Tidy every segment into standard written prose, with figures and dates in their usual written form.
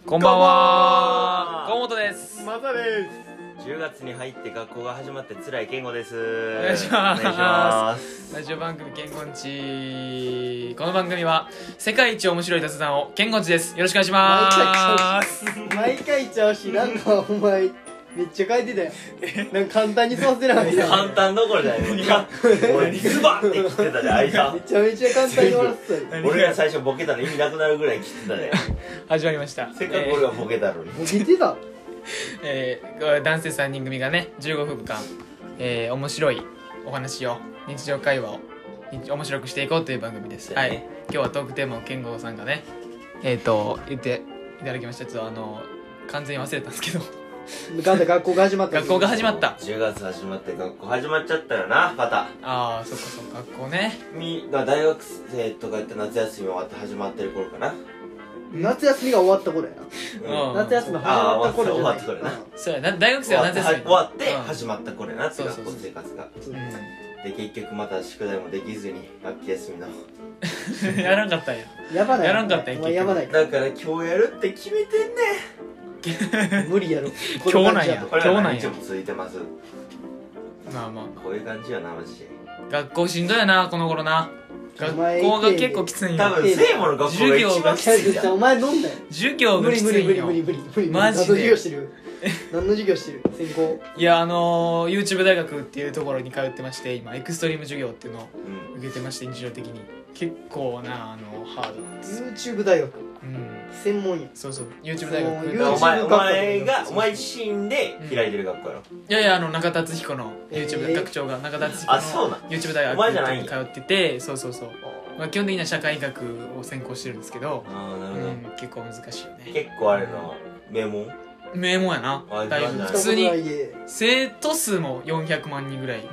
こんばんは。河本です。 またです。 10月に入って学校が始まって辛い健吾です。 お願いします。 お願いします。 ラジオ番組健吾んち。この番組は世界一面白い雑談を健吾んちです。よろしくお願いします。 毎回ちゃうし、なんかお前めっちゃ書いてたよ。なんか簡単にそうせなかったよ。 簡単どころじゃない。俺ズバッて切ってたで、間めちゃめちゃ簡単に終わらせたよ。 俺が最初ボケたの意味なくなるぐらい切ってたで。 始まりました。 せっかく俺がボケたのに。 ボケてた。 男性3人組がね15分間、面白いお話を日常会話を面白くしていこうという番組です、 ね。 はい。今日はトークテーマを健吾さんがね言っていただきました。ちょっと完全に忘れたんですけど学校が始まった。 学校が始まった。 10月始まって学校始まっちゃったよな、また。 ああ、そっかそっか、学校ね。 大学生とかやって夏休み終わって始まってる頃かな。 夏休みが終わった頃やな。 うん、 夏休み始まった頃じゃない。 終わった頃やな。 そうやな、大学生は夏休み終わって始まった頃やなって学校生活が。 うんで結局また宿題もできずに秋休みのやらんかったんや。 やばない。 やらんかったんや。 お前やばない。 だから今日やるって決めてんね。 無理やろ。 今日なんや。 これは何日も続いてます。 まあまあこういう感じやな、マジで。 学校しんどいよな、この頃な。学校が結構きついんよ。 多分聖母の学校が一番きついじゃん。 お前飲んだよ。 授業がきついんよ。 無理。 マジで。 何の授業してる？何の授業してる？専攻？ いや、YouTube 大学っていうところに通ってまして、今エクストリーム授業っていうのを受けてまして、日常的に結構なハードなんですよ。 YouTube 大学。専門や。 そうそう、 YouTube 大学。 お前自身で開いてる学校やろ。 いやいや、中田敦彦の YouTube、学長が中田敦彦の YouTube 大学に通ってて、そう、まあ、基本的には社会学を専攻してるんですけど、結構難しいよね。 結構あれの名門やな。 だいぶ普通に生徒数も400万人ぐらい。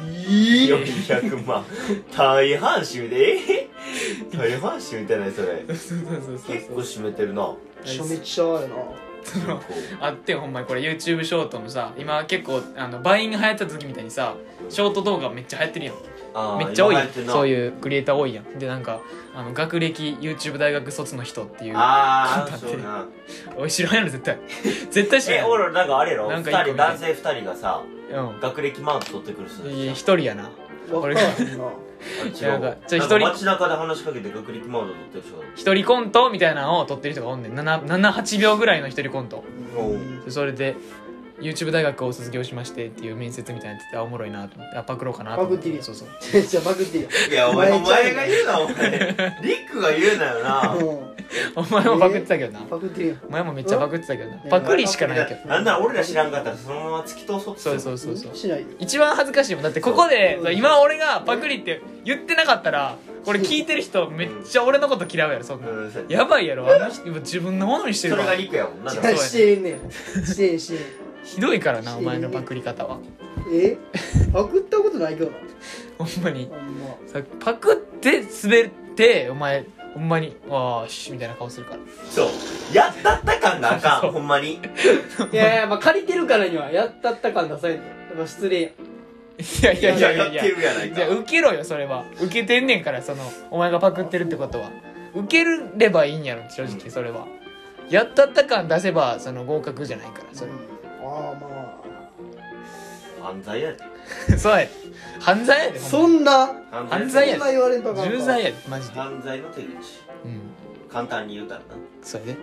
400万。大半占めて大半占めてないそれ。 そう結構占めてるな。 めちゃめちゃやな。 あってよ、ほんまにこれ YouTube ショートのさ、今結構バインが流行った時みたいにさ、ショート動画めっちゃ流行ってるやん。めっちゃ多い、そういうクリエイター多いやん。で、なんか学歴 YouTube 大学卒の人っていうああ、そうな。 おい、知らんやろ絶対知らんやろ。 俺なんかあれやろ、 なんか男性2人がさ、学歴マウント取ってくる人。 いや、1人やな。 俺がなんか街中で話しかけて学歴マウント取ってる人。 一人コントみたいなのを撮ってる人がおんねん。8秒ぐらいの一人コント。それでYouTube 大学を卒業しましてっていう面接みたいなやつっておもろいなと思って、パクろうかなと思って。 パクってるよ。 そうじゃあパクってるよ。 いや、お前が言うな、お前リックが言うなよな。 お前もパクってたけどな。 パクってるよ。 お前もめっちゃパクってたけどな。パクリしかないけど。 なんなら俺ら知らんかったらそのまま突き通そう。 そうしないよ。 一番恥ずかしいもん。だってここで今俺がパクリって言ってなかったら、これ聞いてる人めっちゃ俺のこと嫌うやろ、そんな。やばいやろ、自分のものにしてるわ。 それがリックやもんな。 してんねん。してん。 ひどいからな、お前のパクリ方は。 パクったことないけどな。 ほんまにパクって滑ってお前ほんまにわーしみたいな顔するから。 そうやったった感があかん。ほんまに。 いやまあ借りてるからにはやったった感出されんのやっぱ失礼やん。 いややってるやないか。 じゃあ受けろよ、それは。受けてんねんから、お前がパクってるってことは受ければいいんやろ、正直。それはやったった感出せば合格じゃないから、それ。 まあ犯罪やでそうやで、犯罪やで。 そんな犯罪やで、 言われんとか重罪やで、マジで。 犯罪の手口。簡単に言うたらな。 それで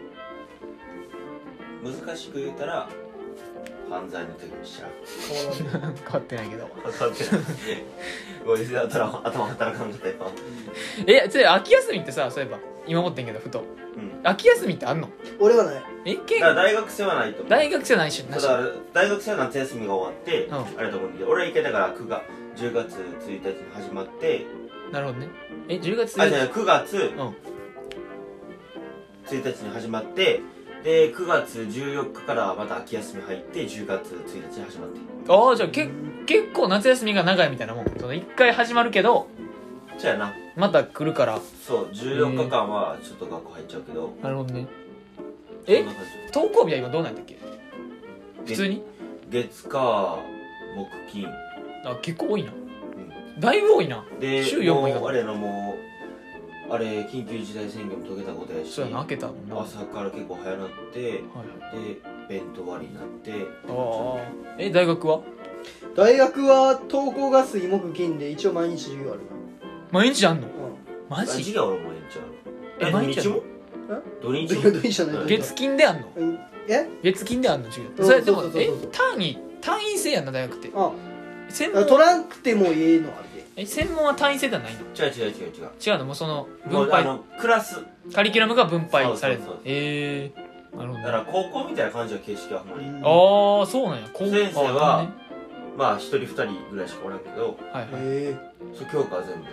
難しく言うたら犯罪の手口ちゃう。 変わってないけど。 分かってない。ごめん、頭働かんかったよ。 秋休みってさ、そういえば今思ってんけどふと、秋休みってあんの？ 俺はない。 だから大学生はないと思う。 大学生はないし、 だから大学生は夏休みが終わって、あれだと思うんで、俺は行けたから10月1日に始まって。 なるほどね。10月 1日。じゃあ9月1日に始まって、で9月14日からまた秋休み入って10月1日に始まって。 ああ、じゃあ結構夏休みが長いみたいなもん。1回始まるけど、 そうやな、 また来るから。そう、 14日間はちょっと学校入っちゃうけど。 なるほどね。登校日は今どうなんだっけ？普通に月火木金。 あ、結構多いな。だいぶ多いな。 で週4もいかない。 あれのもうあれ緊急事態宣言も解けたことやし、 そうやな、開けたもんな。 朝から結構早なって、 はい、 で弁当割りになって。 ああ、大学は？ 大学は登校が水木金で一応毎日授業あるな。 毎日あんの？ うん。 マジ？ 授業俺もやっちゃう。 毎日も？土日も？ 土日じゃない。 月金であんの？月金であんの授業？それでも単位制やんな大学って。専門取らんくてもいいのあるで。 専門は単位制ではないの？ 違うの？もうその分配クラスカリキュラムが分配される。 そうなるほど。 だから高校みたいな感じの形式はほんまに。 ああ、そうなんや。 先生はまあ一人二人ぐらいしかおらんけど、そう教科は全部。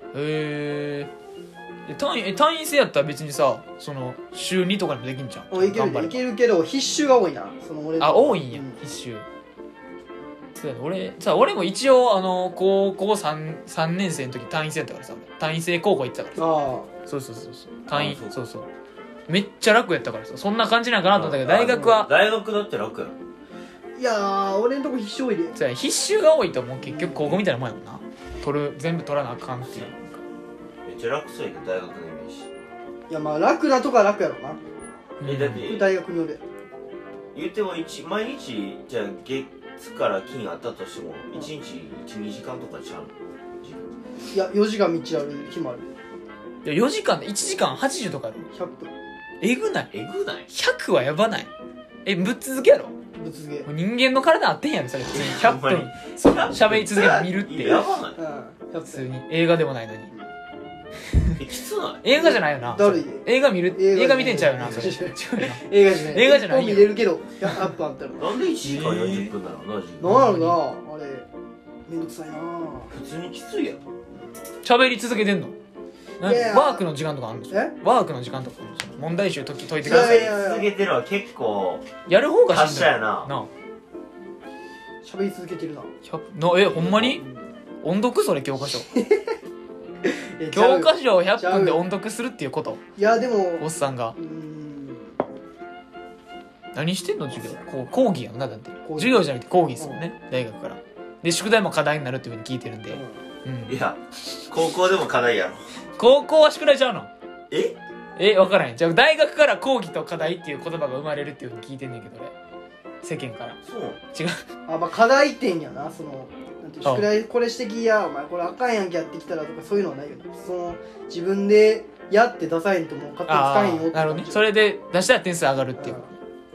単位制やったら別にさ、その週2とかでもできんじゃん。 いけるけど必修が多いな。その俺多いんや、必修。俺も一応高校 3年生の時単位制やったからさ、単位制高校行ってたからさ。そう単位、そうめっちゃ楽やったからさ、そんな感じなんかなと思ったけど、大学は大学だって楽やろ。 いやー、俺んとこ必修多いで。 必修が多いともう結局高校みたいなもんやもんな。全部取らなあかんっていう。 めっちゃ楽そうやけど大学のイメージ。 いやまあ楽なとこは楽やろな。 だって大学による。 言っても毎日じゃあ月から金あったとしても1日 1,2 時間とかちゃうの？ いや4時間道ある日もある。 いや4時間で1時間80とかある。 100分。 えぐない？ 100はやばない？ぶっ続けやろ？ ぶっ続け。 人間の体あってんやろそれ。100分喋り続けて見るって。 やばない？ 普通に映画でもないのに。 きつない？ 映画じゃないよな。映画見てんちゃうよな。 映画じゃない。 映画じゃないよ。 見れるけど100分あったら。 なんで1時間40分なの？ なんやろな、あれめんどくさいな。 普通にきついやん。 喋り続けてんの？ワークの時間とかあるの？ワークの時間とか問題集解いてください。 続けてるは結構やる方が達者やな。 喋り続けてるな。 ほんまに？音読それ教科書。教科書を100分で音読するっていうこと？ いやでもおっさんが何してんの授業？講義やんな。だって授業じゃなくて講義ですもんね、大学からで。宿題も課題になるっていうふうに聞いてるんで。 いや高校でも課題やろ。 高校は宿題ちゃうの？分からへん。じゃあ大学から講義と課題っていう言葉が生まれるっていうふうに聞いてんねんけど俺、世間から。そう違う。 まあ課題点やな。その宿題これ指摘や、お前これあかんやんけやってきたらとかそういうのはないよね。その自分でやって出さへんともう勝手に使えへんよって。 なるほどね。それで出したら点数上がるっていう。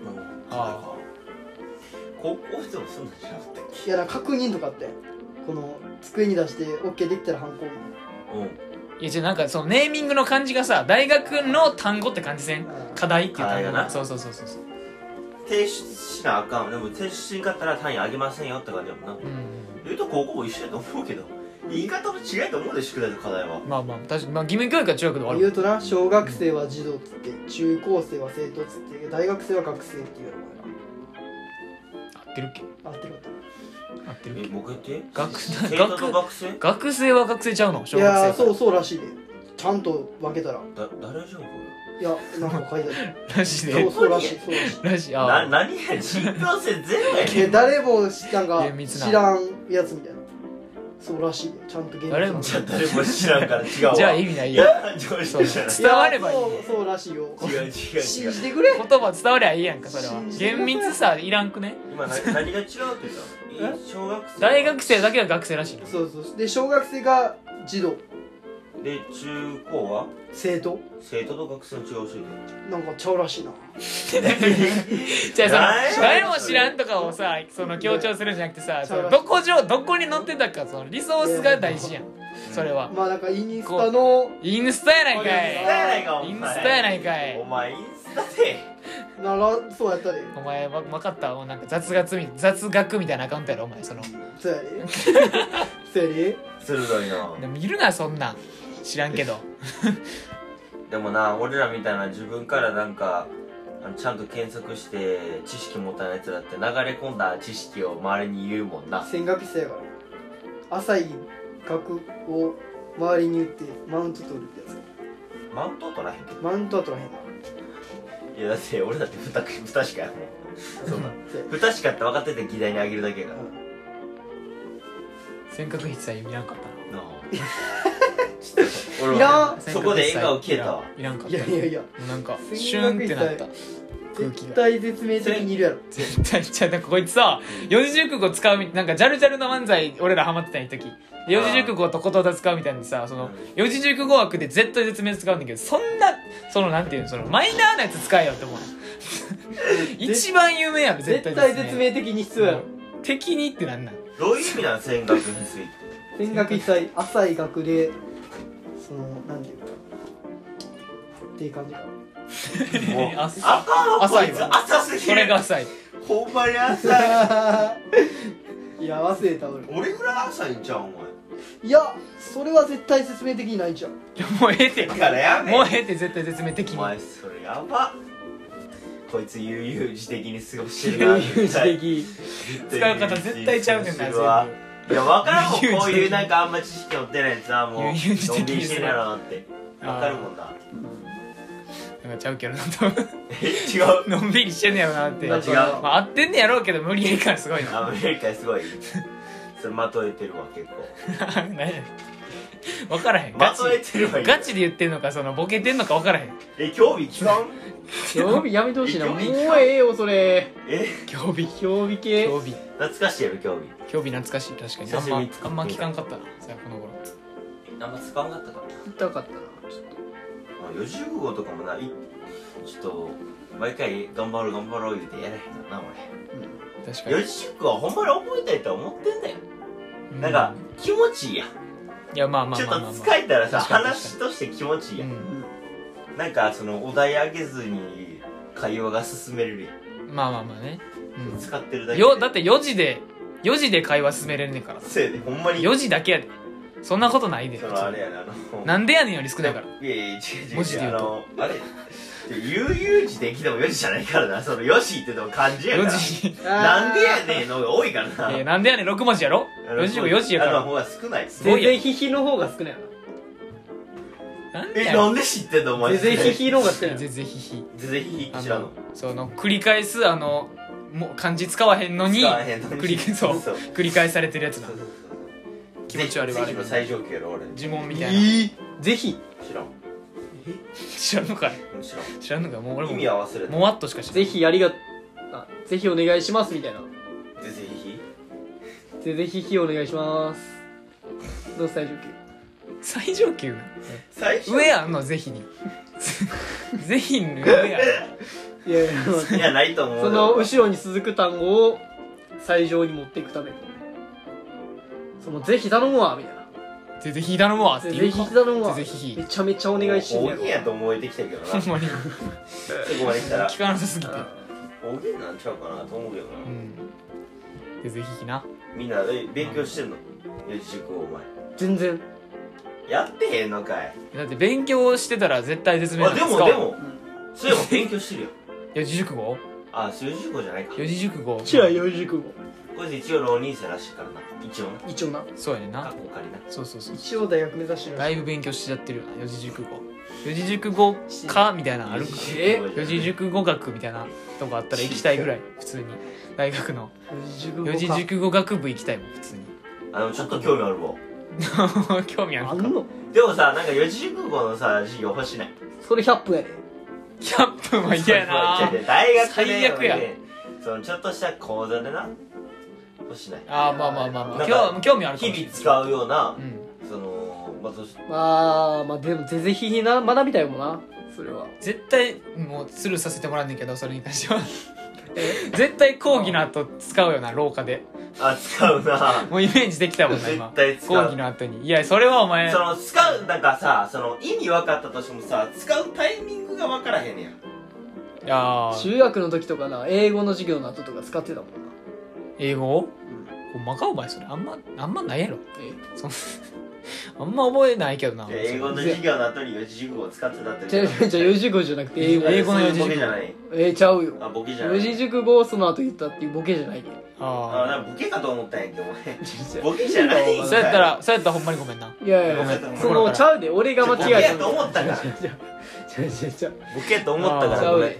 高校でもすんのじゃなかったっけ？ いや確認とかってこの机に出して OK できたら反抗。 いやじゃあなんかそのネーミングの感じがさ、大学の単語って感じせん？課題っていう単語が。そう。 提出しなあかん。でも提出しんかったら単位あげませんよって感じやもんな。言うと高校も一緒やと思うけど、言い方の違いと思うで、宿題と課題は。 まあ確かに、義務教育は中学でもある。 言うとな、小学生は児童っつって、中高生は生徒っつって、大学生は学生っていうのが合ってるっけ？ 合ってる合ってる。僕言って？ 生徒と学生？学生は学生ちゃうの？小学生。 いやそうらしいで。ちゃんと分けたら。 誰じゃんこれ。 いや、なんか書いてある。 らしいで。 そうらしい。 何や、信憑性ゼロやねん。 誰もなんか知らんやつみたいな。そうらしいで。ちゃんと誰も知らんから違うわ。 じゃあ意味ないよ。伝わればいい。 そうらしいよ。 違う。 信じてくれ。 言葉伝わりゃいいやんか、それは。厳密さいらんくね。 今何が違うって言った小学生。 大学生だけは学生らしいの。 そう。で、小学生が児童。 で、中高は生徒と学生の違う教えてなんかちゃうらしいな。 じゃあ誰も知らんとかをさ、その強調するんじゃなくてさ、どこに載ってたか、そのリソースが大事やん。それはまあなんかインスタのインスタやないかい。 インンスタやないかい。 お前インスタでならそうやったで。 お前分かった。なんか雑学みたいなアカウントやろお前。そのそうやで鋭いな。 でも見るなそんなん知らんけど。 でもな、俺らみたいな自分からなんかちゃんと検索して知識持ったやつらって流れ込んだ知識を周りに言うもんな。 戦学生やから浅い学を周りに言ってマウント取るってやつ。 マウントは取らへんけど。 マウントは取らへんか。 いやだって俺だって蓋しかやもん。そうだ。蓋しかって分かってて議題にあげるだけやから。 尖閣筆さえ見らんかったな。 いらん。 そこで笑顔消えたわ。 いらんかった。 いやいやいやなんかシュンってなった空気絶が。 対絶命的にいるやろ。 絶対じゃなんかこいつさ四字熟語使うなんかジャルジャルの漫才俺らハマってたん時四字熟語とことわざ使うみたいなさその四字熟語枠で絶対絶命使うんだけどそんなそのなんていうのそのマイナーなやつ使えよって思う一番有名やろ絶絶対対絶命的に必要やろ。 敵にってなんなんどういう意味なの戦学について。 戦学一切浅い学でそのなんていうかっていう感じか。 もうああかんわこいつ浅いわ浅すぎる。 それが浅いほんまに浅い。 いや忘れた俺。 俺ぐらい浅いんちゃうお前。 いやそれは絶対絶命的にないじゃん。 いやもうええってだからやめもうええって絶対絶命的にお前それやば。こいつ悠々自適に過ごしてるな。 悠々自適。 使う方絶対ちゃうねんな全部いや分からんもん悠々自適こういうなんかあんま知識持ってないやつはもう悠々自適のんびりしてるやろなって分かるもんな。 なんかちゃうけどなと違う。 のんびりしてんねやろなって違うまあ合ってんねやろうけど無理やり感すごいなアメリカすごいそれまとえてるわ結構。 何や分からへんガチまとえてるわガチで言ってんのかそのボケてんのか分からへん興味聞かん。 興味やめてほしいな。もう興味ええよそれ。 興味興味系。 興味懐かしいやろ興味。 興味懐かしい確かに久しぶりにあんま聞かんかったなさこの頃あんま使わんかったか言いたかったなちょっら。四字熟語とかもなちょっと毎回頑張ろう頑張ろう言うてやらへんのな確かに俺。四字熟語はほんまに覚えたいと思ってんだよ。 うなんか気持ちいいやん。 いやまあまあちょっまあまあまあと使えたらさ確かに話として気持ちいいやん。 うんなんかそのお題あげずに会話が進めれるやん。 まあまあまあねうん使ってるだけでだって4時で会話進めれんねんからせいでほんまに 4時だけやでそんなことないでそのあれやななんでやねんより少ないからいやいや違う違う文字で言うとあれ悠々自適でも4時じゃないからな。そのよしってでも漢字やから 4時と。 なんでやねんのが多いからな。 なんでやねん6文字やろ4時4時やからあの方が少ない。 すごいやんぜぜひひの方が少ないよなんでやねなんで知ってんのおな。 前。 ぜぜひひの方が少ないよ。 ぜぜひひぜぜひ知らんの。 その繰り返すもう漢字使わへんのに使わへんのにそう繰り返されてるやつなそうそう気持ち悪いわあれぜひの最上級やろ俺。 呪文みたいなぜひ知らん。 知らんのかい知らん。 知らんのかいもう俺も意味は忘れた。 もわっとしか知らんぜひぜひお願いしますみたいな。 ぜぜひぜひひお願いしますの最上級。 最上級最初上あんのぜひにぜひの上やいやいやいやないと思う。 その後ろに続く単語を最上に持っていくためにそのぜひ頼むわみたいな。 ぜぜひ頼むわってぜ言うかひ頼むわ。 ぜぜひめちゃめちゃお願いしてんねやろ大喜利やと思えてきたけどな。そほんまにこまで来たら聞かなさすぎてあ大喜利なんちゃうかなと思うけどな。 うんでぜひなみんな勉強してんの？四字熟語お前。 全然。 やってへんのかい。 だって勉強してたら絶対絶命あでもでもうんそういえば勉強してるよ。 四字熟語あ四字熟語じゃないか。 四字熟語じゃあ四字熟語。 こいつ一応浪人生らしいからな。一応な。 一応な。 そうやねんな過去仮な。 そうそうそう一応大学目指してるらしい。 だいぶ勉強しちゃってるよな四字熟語四字熟語科みたいなのあるか四字熟語学みたいなとこあったら行きたいぐらい普通に大学の四字熟語学部行きたいもん普通にあでもちょっと興味あるわ。 興味あるかあんのでもさなんか四字熟語のさ授業欲しない。 それ100分やで。 100分は嫌やな大学で最悪やそのちょっとした講座でな欲しない。 あーまあまあまあまあなんか興味あるかもしれない日々使うようなうんそのまあでもぜひひな学びたいもんなそれは。 絶対もうスルーさせてもらうねんけどそれに関しては絶対講義の後使うよな廊下で使うな。 もうイメージできたもんな今絶対使う講義の後にいやそれはお前その使うなんかさその意味分かったとしてもさ使うタイミングが分からへんねや。 いやー中学の時とかな英語の授業の後とか使ってたもんな。 英語ほんまかお前それあんまないやろそんあんま覚えないけどな英語の授業の後に四字熟語を使ってたってじゃあ四字熟語じゃなくて英語。 英語の四字熟語ボケじゃない。 ちゃうよ。 あボケじゃない。 四字熟語をその後言ったっていうボケじゃないで。 あなんかボケかと思ったんやけどお前ボケじゃないんかいそうやったらほんまにごめんないやいやごめんそのちゃうで俺が間違えた。 ボケやと思ったからじゃボケと思ったかちゃうで。 らごめん。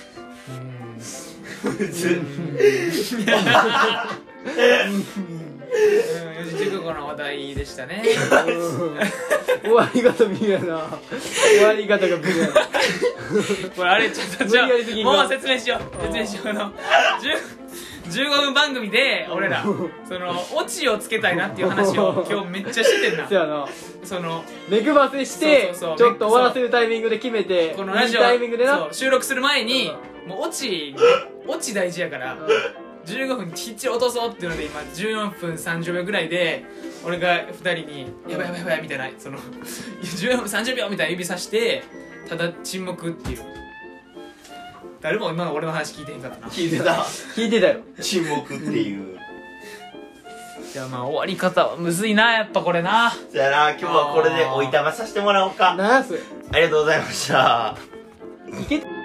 うんず四字熟語の話題でしたね。 終わり方微妙やな。終わり方が微妙やな。 これあれちょっとじゃあもう説明しよう。15分番組で俺らそのオチをつけたいなっていう話を今日めっちゃしてんな。 そうやな。 その目配せしてそうちょっと終わらせるタイミングで決めて、 このラジオいいタイミングでな。 そう収録する前にもうオチ大事やから15分きっちり落とそうっていうので今14分30秒ぐらいで俺が2人にやばいやばいやばいみたいなその14分30秒みたいな指さしてただ沈黙っていう。誰も今の俺の話聞いてへんかったな。 聞いてた聞いてたよ。 沈黙っていう。 じゃあまあ終わり方はむずいなやっぱこれな。 じゃあな、今日はこれでおいたまさせてもらおうか。 なんやそれ。 ありがとうございました。 いけ